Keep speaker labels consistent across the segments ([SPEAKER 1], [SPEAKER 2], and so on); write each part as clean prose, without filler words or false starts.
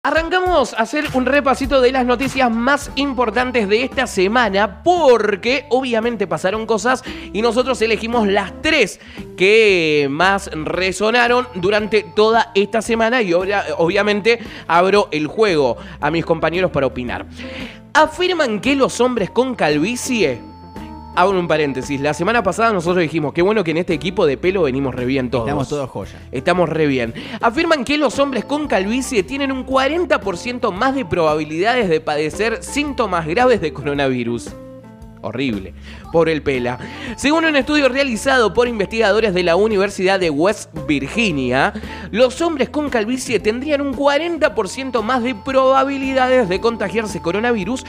[SPEAKER 1] Arrancamos a hacer un repasito de las noticias más importantes de esta semana porque obviamente pasaron cosas y nosotros elegimos las 3 que más resonaron durante toda esta semana y obviamente abro el juego a mis compañeros para opinar. Afirman que los hombres con calvicie... Abro un paréntesis, la semana pasada nosotros dijimos qué bueno que en este equipo de pelo venimos re bien todos.
[SPEAKER 2] Estamos todos joya.
[SPEAKER 1] Estamos re bien. Afirman que los hombres con calvicie tienen un 40% más de probabilidades de padecer síntomas graves de coronavirus. Horrible. Pobre el pela. Según un estudio realizado por investigadores de la Universidad de West Virginia, los hombres con calvicie tendrían un 40% más de probabilidades de contagiarse coronavirus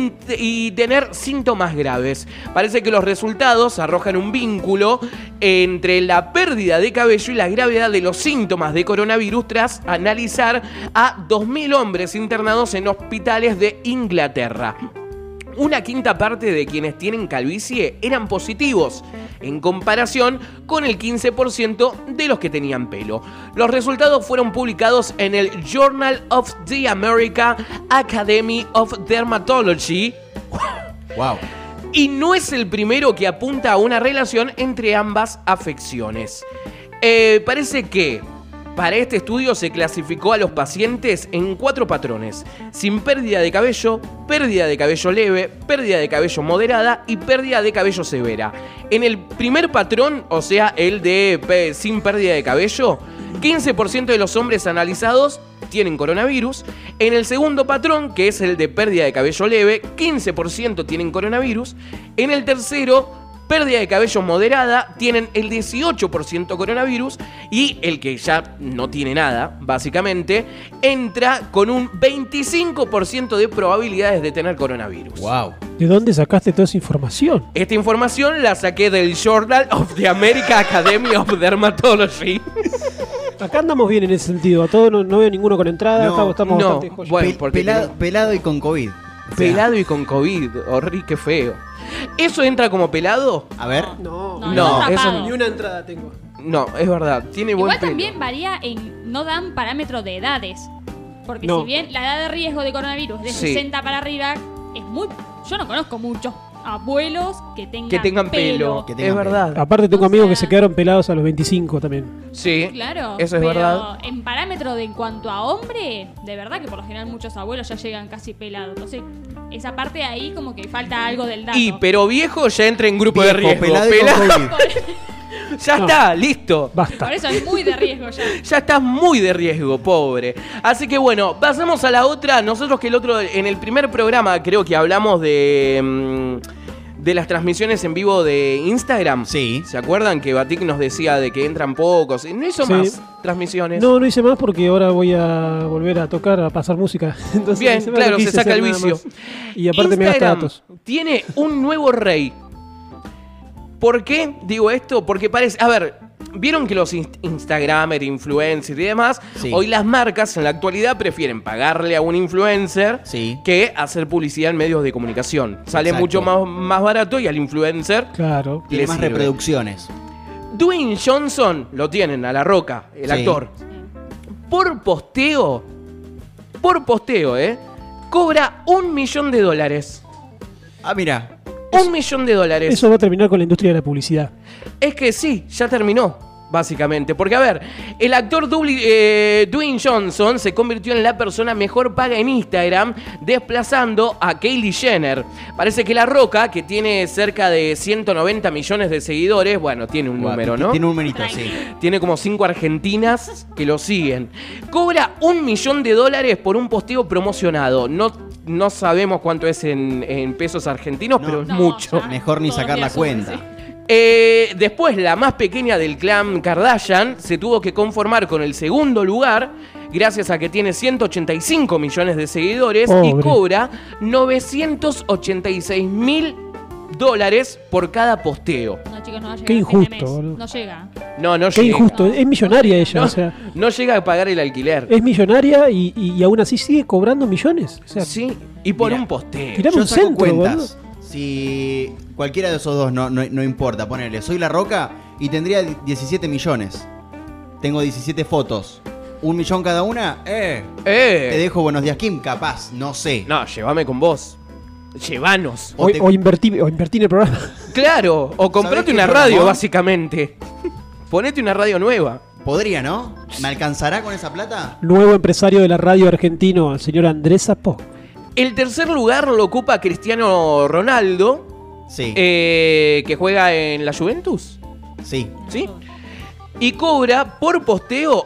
[SPEAKER 1] y tener síntomas graves. Parece que los resultados arrojan un vínculo entre la pérdida de cabello y la gravedad de los síntomas de coronavirus tras analizar a 2.000 hombres internados en hospitales de Inglaterra. Una quinta parte de quienes tienen calvicie eran positivos, en comparación con el 15% de los que tenían pelo. Los resultados fueron publicados en el Journal of the American Academy of Dermatology.
[SPEAKER 2] Wow.
[SPEAKER 1] Y no es el primero que apunta a una relación entre ambas afecciones. Parece que para este estudio se clasificó a los pacientes en 4 patrones: sin pérdida de cabello leve, pérdida de cabello moderada y pérdida de cabello severa. En el primer patrón, o sea, el de sin pérdida de cabello, 15% de los hombres analizados tienen coronavirus. En el segundo patrón, que es el de pérdida de cabello leve, 15% tienen coronavirus. En el tercero, pérdida de cabello moderada, tienen el 18% coronavirus, y el que ya no tiene nada, básicamente, entra con un 25% de probabilidades de tener coronavirus.
[SPEAKER 2] Wow.
[SPEAKER 3] ¿De dónde sacaste toda esa información?
[SPEAKER 1] Esta información la saqué del Journal of the American Academy of Dermatology.
[SPEAKER 3] Acá andamos bien en ese sentido. A todos no veo ninguno con entrada.
[SPEAKER 2] No,
[SPEAKER 3] acá estamos
[SPEAKER 1] no,
[SPEAKER 3] bastante joyas.
[SPEAKER 1] bueno, porque
[SPEAKER 2] Pelado y con COVID. O sea,
[SPEAKER 1] pelado y con COVID, horrible, qué feo. ¿Eso entra como pelado?
[SPEAKER 2] a ver.
[SPEAKER 3] No,
[SPEAKER 1] No, eso
[SPEAKER 3] ni una entrada tengo.
[SPEAKER 1] no, es verdad, tiene buen
[SPEAKER 4] Igual
[SPEAKER 1] pelo.
[SPEAKER 4] también varía en... No dan parámetros de edades. Porque
[SPEAKER 3] No.
[SPEAKER 4] si bien la edad de riesgo de coronavirus es de
[SPEAKER 1] Sí.
[SPEAKER 4] 60 para arriba, es muy... Yo no conozco muchos abuelos que
[SPEAKER 1] tengan pelo.
[SPEAKER 2] Que
[SPEAKER 1] Es
[SPEAKER 2] tengan
[SPEAKER 1] verdad.
[SPEAKER 3] Aparte tengo
[SPEAKER 4] O
[SPEAKER 3] amigos
[SPEAKER 4] sea-
[SPEAKER 3] que se quedaron pelados a los 25 también.
[SPEAKER 1] Sí,
[SPEAKER 4] Claro,
[SPEAKER 1] eso es
[SPEAKER 4] pero
[SPEAKER 1] verdad.
[SPEAKER 4] en parámetro de en cuanto a hombre, de verdad que por lo general muchos abuelos ya llegan casi pelados. Entonces, esa parte ahí como que falta algo del dato.
[SPEAKER 1] Pero viejo ya entra en grupo de
[SPEAKER 2] Viejo,
[SPEAKER 1] riesgo.
[SPEAKER 2] pelado y con COVID.
[SPEAKER 1] Ya
[SPEAKER 3] No.
[SPEAKER 1] está, listo.
[SPEAKER 3] Basta.
[SPEAKER 4] Por eso es muy de riesgo ya.
[SPEAKER 1] Ya estás muy de riesgo, pobre. Así que bueno, pasamos a la otra. Nosotros que en el primer programa creo que hablamos de las transmisiones en vivo de Instagram.
[SPEAKER 2] Sí.
[SPEAKER 1] ¿Se acuerdan que Batik nos decía de que entran pocos? No hizo
[SPEAKER 3] Sí.
[SPEAKER 1] más transmisiones.
[SPEAKER 3] No hice más porque ahora voy a volver a tocar, a pasar música. Entonces,
[SPEAKER 1] Bien,
[SPEAKER 3] hice más
[SPEAKER 1] claro,
[SPEAKER 3] lo que
[SPEAKER 1] se
[SPEAKER 3] quise
[SPEAKER 1] saca
[SPEAKER 3] hacer
[SPEAKER 1] el
[SPEAKER 3] nada
[SPEAKER 1] vicio.
[SPEAKER 3] más. Y aparte me gasta
[SPEAKER 1] Instagram
[SPEAKER 3] datos.
[SPEAKER 1] tiene un nuevo rey. ¿Por qué digo esto? Porque parece... A ver, vieron que los Instagramers, influencers y demás,
[SPEAKER 2] Sí.
[SPEAKER 1] hoy las marcas en la actualidad prefieren pagarle a un influencer
[SPEAKER 2] Sí.
[SPEAKER 1] que hacer publicidad en medios de comunicación. Sale
[SPEAKER 2] Exacto.
[SPEAKER 1] mucho más barato y al influencer
[SPEAKER 3] Claro.
[SPEAKER 2] Tiene
[SPEAKER 1] le
[SPEAKER 2] más
[SPEAKER 1] sirve.
[SPEAKER 2] reproducciones.
[SPEAKER 1] Dwayne Johnson, lo tienen, a La Roca, el
[SPEAKER 2] Sí.
[SPEAKER 1] actor. Por posteo, cobra $1 millón.
[SPEAKER 2] Ah, mira.
[SPEAKER 1] $1 millón.
[SPEAKER 3] Eso va a terminar con la industria de la publicidad.
[SPEAKER 1] Es que sí, ya terminó, básicamente. Porque, a ver, el actor Dwayne Johnson se convirtió en la persona mejor paga en Instagram, desplazando a Kylie Jenner. Parece que La Roca, que tiene cerca de 190 millones de seguidores, bueno, tiene un número, ¿no?
[SPEAKER 2] Tiene un numerito, sí.
[SPEAKER 1] Tiene como 5 argentinas que lo siguen. Cobra $1 millón por un posteo promocionado. No sabemos cuánto es en pesos argentinos,
[SPEAKER 2] No.
[SPEAKER 1] pero es
[SPEAKER 4] No,
[SPEAKER 1] mucho.
[SPEAKER 4] ya.
[SPEAKER 2] Mejor ni
[SPEAKER 4] Todos
[SPEAKER 2] sacar la
[SPEAKER 4] los días
[SPEAKER 2] cuenta.
[SPEAKER 4] sube,
[SPEAKER 1] Después, la más pequeña del clan Kardashian se tuvo que conformar con el segundo lugar, gracias a que tiene 185 millones de seguidores y
[SPEAKER 3] Pobre.
[SPEAKER 1] cobra $986.000 por cada posteo.
[SPEAKER 4] No, chicos, no va a llegar
[SPEAKER 3] Qué
[SPEAKER 4] a fin de
[SPEAKER 3] injusto,
[SPEAKER 4] mes.
[SPEAKER 3] boludo.
[SPEAKER 4] No llega.
[SPEAKER 1] No
[SPEAKER 3] Qué
[SPEAKER 1] llega.
[SPEAKER 3] injusto. Es millonaria ella.
[SPEAKER 1] No,
[SPEAKER 3] O sea,
[SPEAKER 1] no llega a pagar el alquiler.
[SPEAKER 3] es millonaria y aún así sigue cobrando millones. O sea,
[SPEAKER 1] Sí, y por
[SPEAKER 2] Mira,
[SPEAKER 1] un posteo.
[SPEAKER 3] Tirame
[SPEAKER 2] Yo
[SPEAKER 3] un
[SPEAKER 2] saco
[SPEAKER 3] centro,
[SPEAKER 2] cuentas. Si cualquiera de esos dos no importa, ponele. Soy La Roca y tendría 17 millones. Tengo 17 fotos. ¿1 millón cada una? Te dejo Buenos Días Kim, capaz, no sé.
[SPEAKER 1] No, llévame con vos. Llévanos.
[SPEAKER 3] O invertí en el programa.
[SPEAKER 1] Claro, o comprate
[SPEAKER 2] qué
[SPEAKER 1] una
[SPEAKER 2] programa?
[SPEAKER 1] radio, básicamente. Ponete una radio nueva.
[SPEAKER 2] Podría, ¿no? ¿Me alcanzará con esa plata?
[SPEAKER 3] Nuevo empresario de la radio argentino, el señor Andrés Zapó.
[SPEAKER 1] El tercer lugar lo ocupa Cristiano Ronaldo,
[SPEAKER 2] Sí.
[SPEAKER 1] que juega en la Juventus.
[SPEAKER 2] Sí.
[SPEAKER 1] ¿Sí? Y cobra por posteo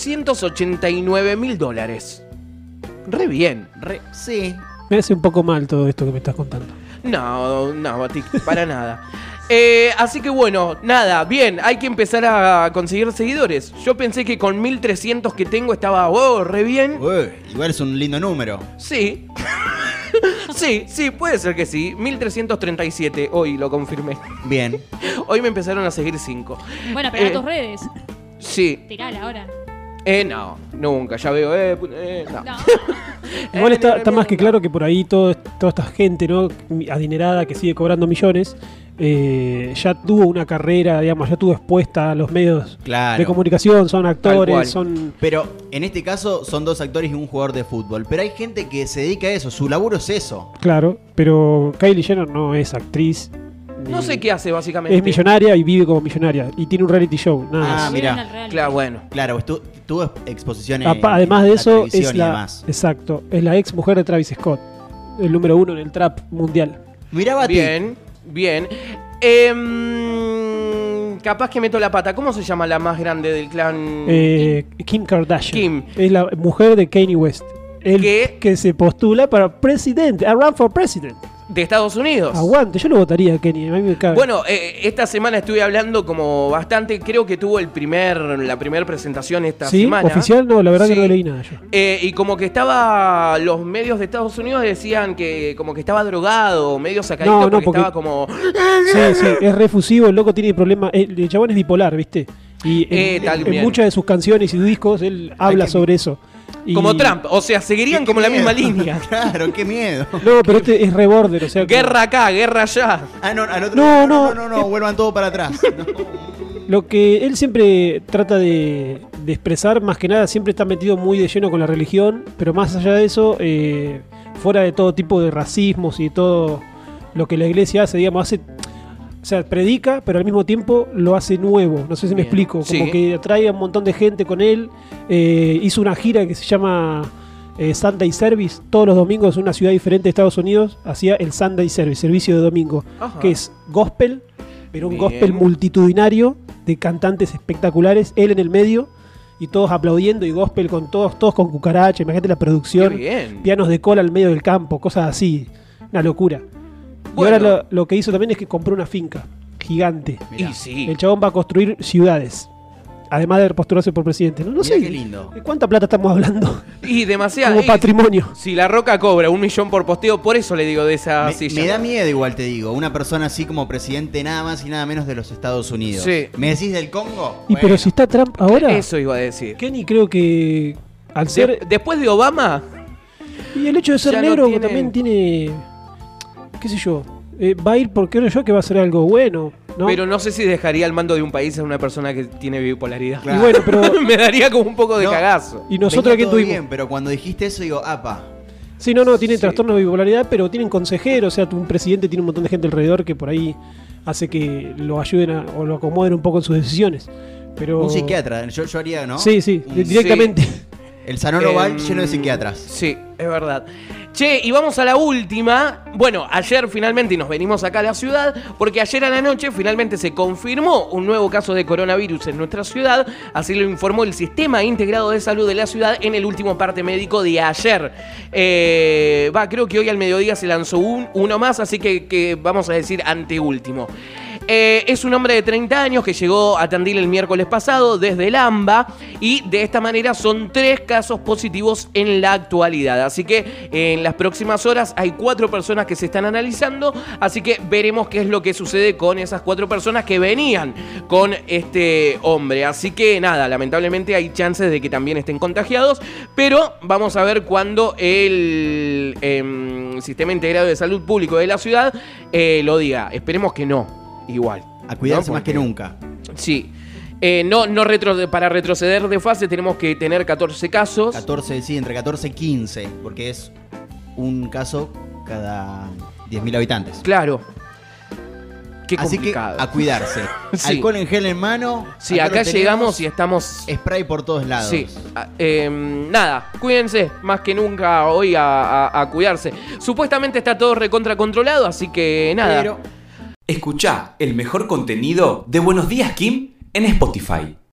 [SPEAKER 1] $889.000. Re bien.
[SPEAKER 2] Sí.
[SPEAKER 3] Me hace un poco mal todo esto que me estás contando.
[SPEAKER 1] No, Batik, para nada. Así que bueno, nada, bien, hay que empezar a conseguir seguidores. Yo pensé que con 1300 que tengo estaba, re bien.
[SPEAKER 2] Uy, igual es un lindo número.
[SPEAKER 1] Sí. Sí, puede ser que sí. 1337, hoy lo confirmé.
[SPEAKER 2] Bien.
[SPEAKER 1] Hoy me empezaron a seguir 5.
[SPEAKER 4] Bueno, pero a tus redes.
[SPEAKER 1] Sí.
[SPEAKER 4] Tirala ahora.
[SPEAKER 1] No, nunca, ya veo, no.
[SPEAKER 4] No.
[SPEAKER 3] Igual está más que claro que por ahí toda esta gente, ¿no? Adinerada que sigue cobrando millones, ya tuvo una carrera, digamos, ya tuvo expuesta a los medios
[SPEAKER 2] Claro.
[SPEAKER 3] de comunicación, son
[SPEAKER 1] cual.
[SPEAKER 3] actores, son...
[SPEAKER 2] Pero en este caso son 2 actores y un jugador de fútbol. Pero hay gente que se dedica a eso, su laburo es eso.
[SPEAKER 3] Claro, pero Kylie Jenner no es actriz.
[SPEAKER 1] No sé qué hace, básicamente.
[SPEAKER 3] Es millonaria y vive como millonaria. Y tiene un reality show, nada más.
[SPEAKER 2] Ah, mirá.
[SPEAKER 4] Subieron al reality.
[SPEAKER 1] Claro, bueno.
[SPEAKER 2] Claro, tuvo exposiciones.
[SPEAKER 3] Además de
[SPEAKER 2] en
[SPEAKER 3] eso,
[SPEAKER 2] la televisión
[SPEAKER 3] es
[SPEAKER 2] y
[SPEAKER 3] la,
[SPEAKER 2] demás.
[SPEAKER 3] exacto, es la ex mujer de Travis Scott, el número 1 en el trap mundial.
[SPEAKER 2] Mirá, Bati.
[SPEAKER 1] Bien. Capaz que meto la pata. ¿Cómo se llama la más grande del clan?
[SPEAKER 3] Kim Kardashian.
[SPEAKER 1] Kim.
[SPEAKER 3] Es la mujer de Kanye West. El
[SPEAKER 1] ¿Qué?
[SPEAKER 3] que se postula para presidente, a run for president.
[SPEAKER 1] De Estados Unidos.
[SPEAKER 3] Aguante, yo lo votaría a Kanye, a mí me cabe.
[SPEAKER 1] Bueno, esta semana estuve hablando como bastante, creo que tuvo la primera presentación esta
[SPEAKER 3] ¿Sí?
[SPEAKER 1] semana.
[SPEAKER 3] ¿Oficial? No, la verdad
[SPEAKER 1] Sí.
[SPEAKER 3] que no leí nada yo.
[SPEAKER 1] Y como que los medios de Estados Unidos decían que como que estaba drogado, medio sacadito,
[SPEAKER 3] No,
[SPEAKER 1] porque
[SPEAKER 3] porque-
[SPEAKER 1] estaba como...
[SPEAKER 3] Sí, es refusivo, el loco tiene problemas. El chabón es bipolar, ¿viste? Y en
[SPEAKER 1] también.
[SPEAKER 3] muchas de sus canciones y discos él habla
[SPEAKER 2] que-
[SPEAKER 3] sobre eso. Y-
[SPEAKER 1] Como Trump, o sea, seguirían
[SPEAKER 2] Qué
[SPEAKER 1] como la misma
[SPEAKER 2] miedo.
[SPEAKER 1] línea.
[SPEAKER 2] Claro, qué miedo.
[SPEAKER 3] No, pero este es re border, o sea. como-
[SPEAKER 1] Guerra acá, guerra allá.
[SPEAKER 2] Ah, no, al otro.
[SPEAKER 3] No.
[SPEAKER 2] Vuelvan todo para atrás. No.
[SPEAKER 3] Lo que él siempre trata de expresar, más que nada, siempre está metido muy de lleno con la religión, pero más allá de eso, fuera de todo tipo de racismos y todo lo que la iglesia hace, digamos, o sea, predica, pero al mismo tiempo lo hace nuevo. No sé si me
[SPEAKER 1] Bien.
[SPEAKER 3] explico. Como
[SPEAKER 1] Sí.
[SPEAKER 3] que atrae a un montón de gente con él. Hizo una gira que se llama Sunday Service. Todos los domingos en una ciudad diferente de Estados Unidos hacía el Sunday Service, servicio de domingo,
[SPEAKER 1] Ajá.
[SPEAKER 3] que es gospel, pero un
[SPEAKER 1] Bien.
[SPEAKER 3] gospel multitudinario de cantantes espectaculares, él en el medio y todos aplaudiendo y gospel con todos con cucaracha, imagínate la
[SPEAKER 1] Qué
[SPEAKER 3] producción,
[SPEAKER 1] bien.
[SPEAKER 3] pianos de cola al medio del campo, cosas así, una locura.
[SPEAKER 1] Bueno.
[SPEAKER 3] Y ahora lo que hizo también es que compró una finca gigante.
[SPEAKER 2] Mirá.
[SPEAKER 1] Y sí.
[SPEAKER 3] El chabón va a construir ciudades, además de postularse por presidente. No
[SPEAKER 2] Mirá
[SPEAKER 3] sé
[SPEAKER 2] qué lindo.
[SPEAKER 3] de cuánta plata estamos hablando
[SPEAKER 1] Y demasiado.
[SPEAKER 3] como patrimonio.
[SPEAKER 1] Si La Roca cobra 1 millón por posteo, por eso le digo de esa
[SPEAKER 2] Me,
[SPEAKER 1] silla.
[SPEAKER 2] me da miedo igual, te digo. Una persona así como presidente nada más y nada menos de los Estados Unidos.
[SPEAKER 1] Sí.
[SPEAKER 2] ¿Me decís del Congo?
[SPEAKER 3] Y
[SPEAKER 2] Bueno.
[SPEAKER 3] pero si está Trump ahora,
[SPEAKER 1] Eso iba a decir.
[SPEAKER 3] Kenny creo que al ser...
[SPEAKER 1] Después de Obama,
[SPEAKER 3] Y el hecho de ser
[SPEAKER 1] Ya no
[SPEAKER 3] negro
[SPEAKER 1] tiene-
[SPEAKER 3] también tiene... qué sé yo. Va a ir porque creo yo que va a ser algo bueno, ¿no?
[SPEAKER 1] pero no sé si dejaría el mando de un país a una persona que tiene bipolaridad.
[SPEAKER 2] Claro.
[SPEAKER 3] Y bueno, pero...
[SPEAKER 1] Me daría como un poco de
[SPEAKER 2] No.
[SPEAKER 1] cagazo.
[SPEAKER 3] ¿Y nosotros
[SPEAKER 2] Venía
[SPEAKER 3] qué
[SPEAKER 2] todo
[SPEAKER 3] tuvimos?
[SPEAKER 2] bien, pero cuando dijiste eso digo, apa.
[SPEAKER 3] Sí, no, tiene
[SPEAKER 1] Sí.
[SPEAKER 3] trastorno de bipolaridad, pero tienen consejeros, o sea, un presidente tiene un montón de gente alrededor que por ahí hace que lo ayuden o lo acomoden un poco en sus decisiones. Pero...
[SPEAKER 2] Un psiquiatra, yo haría, ¿no?
[SPEAKER 3] Sí, sí,
[SPEAKER 2] Un-
[SPEAKER 3] directamente.
[SPEAKER 2] El Salón Oval
[SPEAKER 1] Em,
[SPEAKER 2] lleno de psiquiatras.
[SPEAKER 1] Sí, es verdad. Che, y vamos a la última. Bueno, ayer finalmente nos venimos acá a la ciudad, porque ayer a la noche finalmente se confirmó un nuevo caso de coronavirus en nuestra ciudad. Así lo informó el Sistema Integrado de Salud de la ciudad en el último parte médico de ayer. Creo que hoy al mediodía se lanzó uno más, así que vamos a decir anteúltimo. Es un hombre de 30 años que llegó a Tandil el miércoles pasado desde el AMBA y de esta manera son 3 casos positivos en la actualidad. Así que en las próximas horas hay 4 personas que se están analizando, así que veremos qué es lo que sucede con esas 4 personas que venían con este hombre. Así que nada, lamentablemente hay chances de que también estén contagiados, pero vamos a ver cuando el Sistema Integrado de Salud Público de la ciudad lo diga. Esperemos que no. Igual.
[SPEAKER 2] A cuidarse
[SPEAKER 1] ¿no?
[SPEAKER 2] más que
[SPEAKER 1] Porque-
[SPEAKER 2] nunca.
[SPEAKER 1] Sí. Para retroceder de fase tenemos que tener 14 casos.
[SPEAKER 2] 14, sí, entre 14 y 15, porque es un caso cada 10.000 habitantes.
[SPEAKER 1] Claro. Qué
[SPEAKER 2] Así
[SPEAKER 1] complicado.
[SPEAKER 2] que a cuidarse.
[SPEAKER 1] Sí.
[SPEAKER 2] Alcohol en gel en mano.
[SPEAKER 1] Sí, acá llegamos y estamos...
[SPEAKER 2] Spray por todos lados.
[SPEAKER 1] Sí, nada, cuídense, más que nunca hoy a cuidarse. Supuestamente está todo recontra controlado, así que nada.
[SPEAKER 2] Pero
[SPEAKER 5] Escuchá el mejor contenido de Buenos Días Kim en Spotify.